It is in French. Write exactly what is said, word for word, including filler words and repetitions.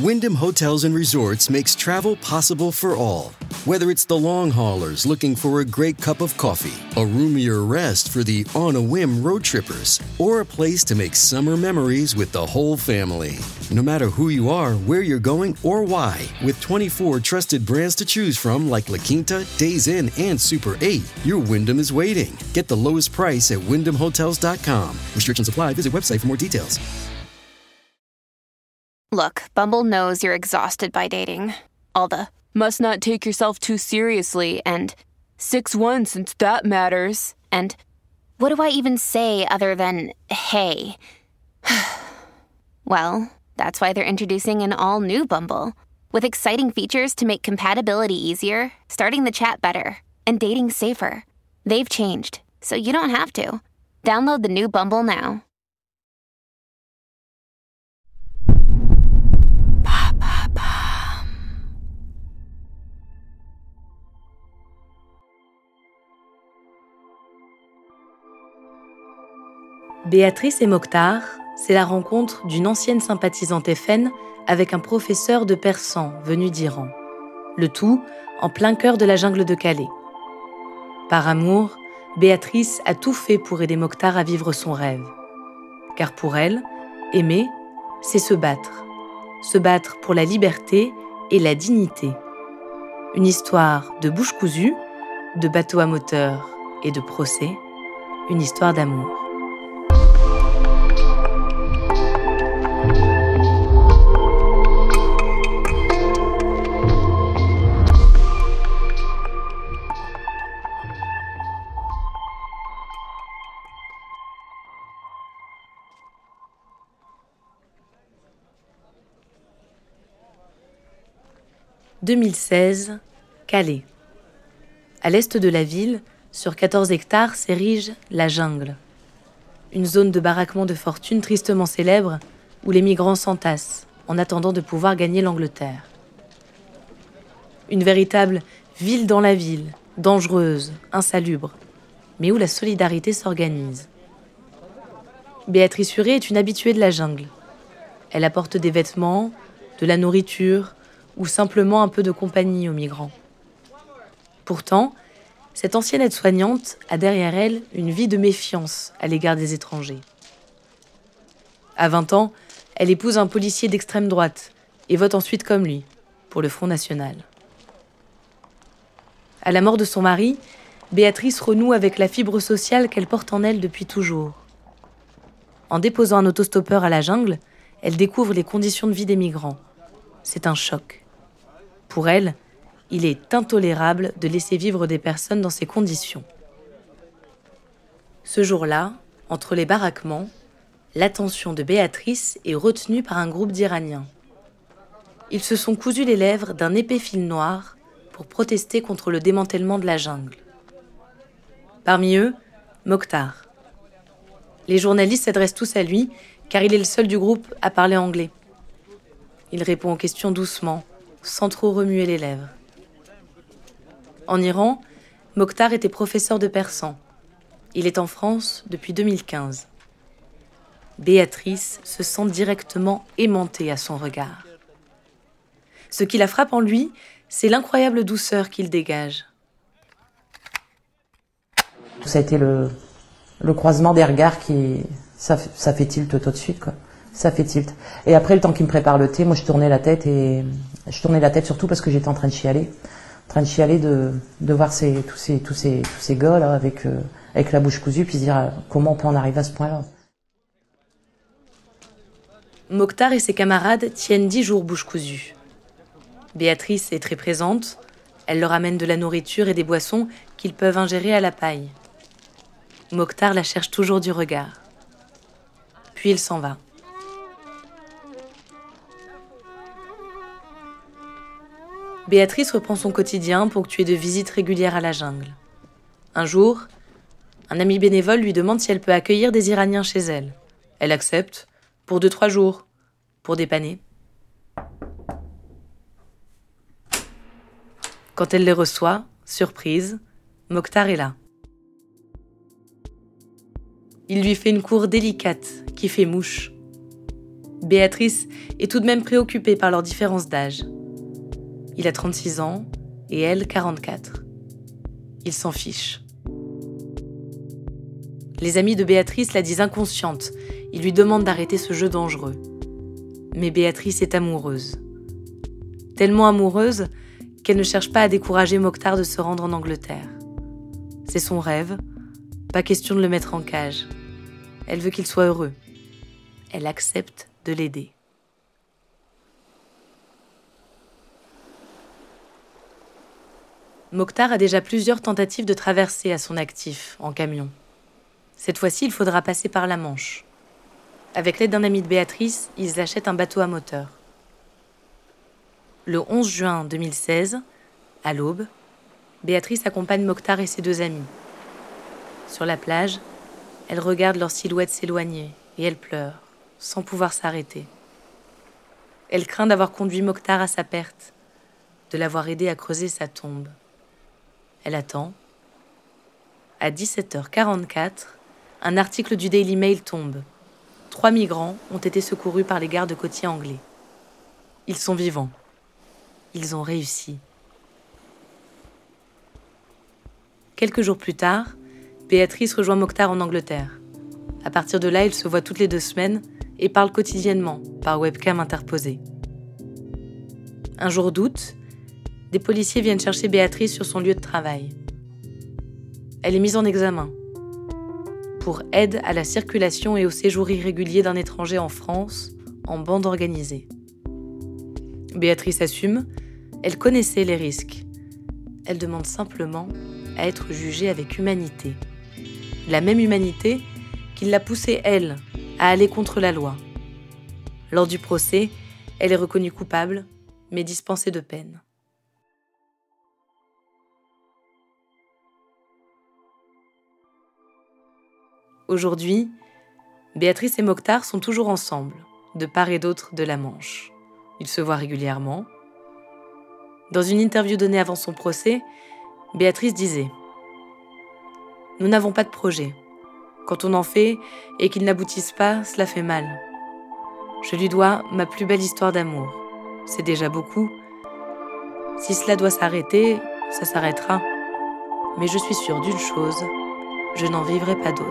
Wyndham Hotels and Resorts makes travel possible for all. Whether it's the long haulers looking for a great cup of coffee, a roomier rest for the on-a-whim road trippers, or a place to make summer memories with the whole family. No matter who you are, where you're going, or why, with twenty-four trusted brands to choose from like La Quinta, Days Inn, and Super eight, your Wyndham is waiting. Get the lowest price at wyndham hotels dot com. Restrictions apply. Visit website for more details. Look, Bumble knows you're exhausted by dating. All the, must not take yourself too seriously, and six one since that matters, and what do I even say other than, hey? Well, that's why they're introducing an all-new Bumble, with exciting features to make compatibility easier, starting the chat better, and dating safer. They've changed, so you don't have to. Download the new Bumble now. Béatrice et Mokhtar, c'est la rencontre d'une ancienne sympathisante F N avec un professeur de persan venu d'Iran. Le tout en plein cœur de la jungle de Calais. Par amour, Béatrice a tout fait pour aider Mokhtar à vivre son rêve. Car pour elle, aimer, c'est se battre. Se battre pour la liberté et la dignité. Une histoire de bouche cousue, de bateau à moteur et de procès. Une histoire d'amour. deux mille seize, Calais. À l'est de la ville, sur quatorze hectares, s'érige la jungle. Une zone de baraquement de fortune tristement célèbre où les migrants s'entassent en attendant de pouvoir gagner l'Angleterre. Une véritable ville dans la ville, dangereuse, insalubre, mais où la solidarité s'organise. Béatrice Huré est une habituée de la jungle. Elle apporte des vêtements, de la nourriture, ou simplement un peu de compagnie aux migrants. Pourtant, cette ancienne aide-soignante a derrière elle une vie de méfiance à l'égard des étrangers. À vingt ans, elle épouse un policier d'extrême droite et vote ensuite comme lui, pour le Front National. À la mort de son mari, Béatrice renoue avec la fibre sociale qu'elle porte en elle depuis toujours. En déposant un autostoppeur à la jungle, elle découvre les conditions de vie des migrants. C'est un choc. Pour elle, il est intolérable de laisser vivre des personnes dans ces conditions. Ce jour-là, entre les baraquements, l'attention de Béatrice est retenue par un groupe d'Iraniens. Ils se sont cousus les lèvres d'un épais fil noir pour protester contre le démantèlement de la jungle. Parmi eux, Mokhtar. Les journalistes s'adressent tous à lui, car il est le seul du groupe à parler anglais. Il répond aux questions doucement, sans trop remuer les lèvres. En Iran, Mokhtar était professeur de persan. Il est en France depuis deux mille quinze. Béatrice se sent directement aimantée à son regard. Ce qui la frappe en lui, c'est l'incroyable douceur qu'il dégage. Ça a été le, le croisement des regards qui... Ça, ça fait tilt tout de suite, quoi. Ça fait tilt. Et après, le temps qu'il me prépare le thé, moi, je tournais la tête et... Je tournais la tête surtout parce que j'étais en train de chialer. En train de chialer de, de voir ces, tous ces, tous ces, tous ces gars, là, avec, euh, avec la bouche cousue, puis se dire euh, comment on peut en arriver à ce point-là. Mokhtar et ses camarades tiennent dix jours bouche cousue. Béatrice est très présente. Elle leur amène de la nourriture et des boissons qu'ils peuvent ingérer à la paille. Mokhtar la cherche toujours du regard. Puis il s'en va. Béatrice reprend son quotidien ponctué de visites régulières à la jungle. Un jour, un ami bénévole lui demande si elle peut accueillir des Iraniens chez elle. Elle accepte, pour deux, trois jours, pour dépanner. Quand elle les reçoit, surprise, Mokhtar est là. Il lui fait une cour délicate qui fait mouche. Béatrice est tout de même préoccupée par leur différence d'âge. Il a trente-six ans et elle quarante-quatre. Il s'en fiche. Les amis de Béatrice la disent inconsciente. Ils lui demandent d'arrêter ce jeu dangereux. Mais Béatrice est amoureuse. Tellement amoureuse qu'elle ne cherche pas à décourager Mokhtar de se rendre en Angleterre. C'est son rêve, pas question de le mettre en cage. Elle veut qu'il soit heureux. Elle accepte de l'aider. Mokhtar a déjà plusieurs tentatives de traversée à son actif, en camion. Cette fois-ci, il faudra passer par la Manche. Avec l'aide d'un ami de Béatrice, ils achètent un bateau à moteur. Le onze juin deux mille seize, à l'aube, Béatrice accompagne Mokhtar et ses deux amis. Sur la plage, elle regarde leurs silhouettes s'éloigner et elle pleure, sans pouvoir s'arrêter. Elle craint d'avoir conduit Mokhtar à sa perte, de l'avoir aidé à creuser sa tombe. Elle attend. À dix-sept heures quarante-quatre, un article du Daily Mail tombe. Trois migrants ont été secourus par les gardes-côtiers anglais. Ils sont vivants. Ils ont réussi. Quelques jours plus tard, Béatrice rejoint Mokhtar en Angleterre. À partir de là, ils se voient toutes les deux semaines et parlent quotidiennement par webcam interposée. Un jour d'août, des policiers viennent chercher Béatrice sur son lieu de travail. Elle est mise en examen pour aide à la circulation et au séjour irrégulier d'un étranger en France en bande organisée. Béatrice assume, elle connaissait les risques. Elle demande simplement à être jugée avec humanité. La même humanité qui l'a poussée, elle, à aller contre la loi. Lors du procès, elle est reconnue coupable, mais dispensée de peine. Aujourd'hui, Béatrice et Mokhtar sont toujours ensemble, de part et d'autre de la Manche. Ils se voient régulièrement. Dans une interview donnée avant son procès, Béatrice disait « Nous n'avons pas de projet. Quand on en fait et qu'il n'aboutisse pas, cela fait mal. Je lui dois ma plus belle histoire d'amour. C'est déjà beaucoup. Si cela doit s'arrêter, ça s'arrêtera. Mais je suis sûre d'une chose, je n'en vivrai pas d'autre. »